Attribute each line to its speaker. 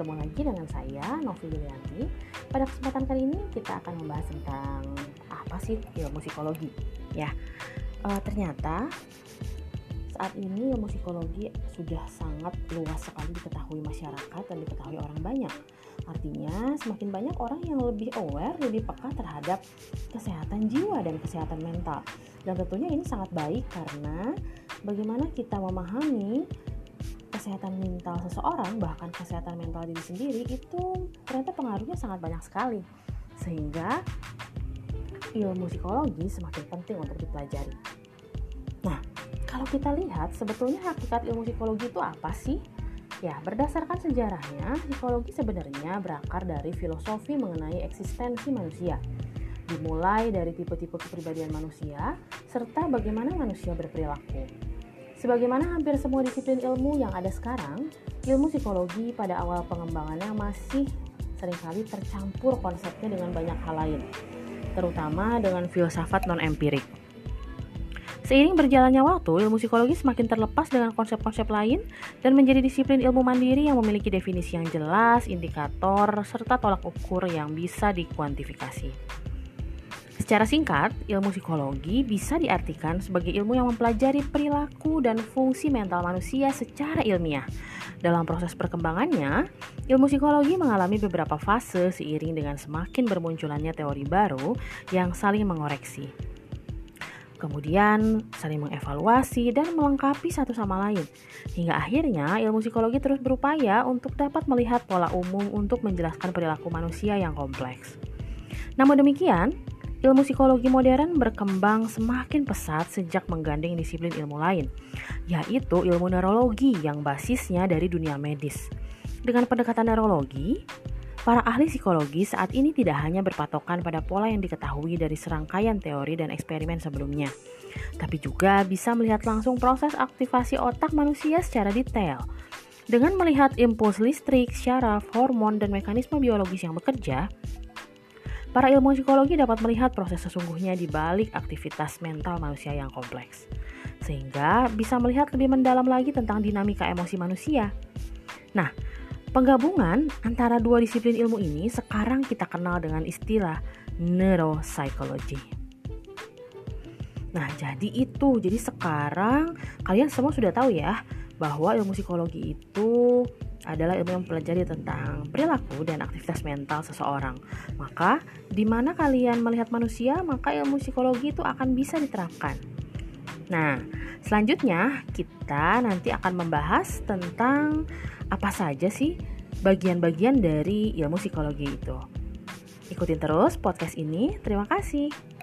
Speaker 1: bertemu lagi dengan saya, Novi Yulianti. Pada kesempatan kali ini kita akan membahas tentang apa sih ilmu psikologi. Ternyata saat ini ilmu psikologi sudah sangat luas sekali diketahui masyarakat dan diketahui orang banyak. Artinya semakin banyak orang yang lebih aware, lebih peka terhadap kesehatan jiwa dan kesehatan mental. Dan tentunya ini sangat baik karena bagaimana kita memahami kesehatan mental seseorang, bahkan kesehatan mental diri sendiri, itu ternyata pengaruhnya sangat banyak sekali. Sehingga ilmu psikologi semakin penting untuk dipelajari. Nah, kalau kita lihat sebetulnya hakikat ilmu psikologi itu apa sih? Berdasarkan sejarahnya, psikologi sebenarnya berakar dari filosofi mengenai eksistensi manusia. Dimulai dari tipe-tipe kepribadian manusia, serta bagaimana manusia berperilaku. Sebagaimana hampir semua disiplin ilmu yang ada sekarang, ilmu psikologi pada awal pengembangannya masih seringkali tercampur konsepnya dengan banyak hal lain, terutama dengan filsafat non-empirik. Seiring berjalannya waktu, ilmu psikologi semakin terlepas dengan konsep-konsep lain dan menjadi disiplin ilmu mandiri yang memiliki definisi yang jelas, indikator, serta tolak ukur yang bisa dikuantifikasi. Secara singkat, ilmu psikologi bisa diartikan sebagai ilmu yang mempelajari perilaku dan fungsi mental manusia secara ilmiah. Dalam proses perkembangannya, ilmu psikologi mengalami beberapa fase seiring dengan semakin bermunculannya teori baru yang saling mengoreksi. Kemudian saling mengevaluasi dan melengkapi satu sama lain. Hingga akhirnya ilmu psikologi terus berupaya untuk dapat melihat pola umum untuk menjelaskan perilaku manusia yang kompleks. Namun demikian, ilmu psikologi modern berkembang semakin pesat sejak menggandeng disiplin ilmu lain, yaitu ilmu neurologi yang basisnya dari dunia medis. Dengan pendekatan neurologi, para ahli psikologi saat ini tidak hanya berpatokan pada pola yang diketahui dari serangkaian teori dan eksperimen sebelumnya, tapi juga bisa melihat langsung proses aktivasi otak manusia secara detail. Dengan melihat impuls listrik, syaraf, hormon, dan mekanisme biologis yang bekerja, para ilmuwan psikologi dapat melihat proses sesungguhnya di balik aktivitas mental manusia yang kompleks, sehingga bisa melihat lebih mendalam lagi tentang dinamika emosi manusia. Nah, penggabungan antara dua disiplin ilmu ini sekarang kita kenal dengan istilah neuropsychology. Nah, jadi sekarang kalian semua sudah tahu ya bahwa ilmu psikologi itu adalah ilmu yang mempelajari tentang perilaku dan aktivitas mental seseorang. Maka, di mana kalian melihat manusia, maka ilmu psikologi itu akan bisa diterapkan. Nah, selanjutnya kita nanti akan membahas tentang apa saja sih bagian-bagian dari ilmu psikologi itu. Ikutin terus podcast ini. Terima kasih.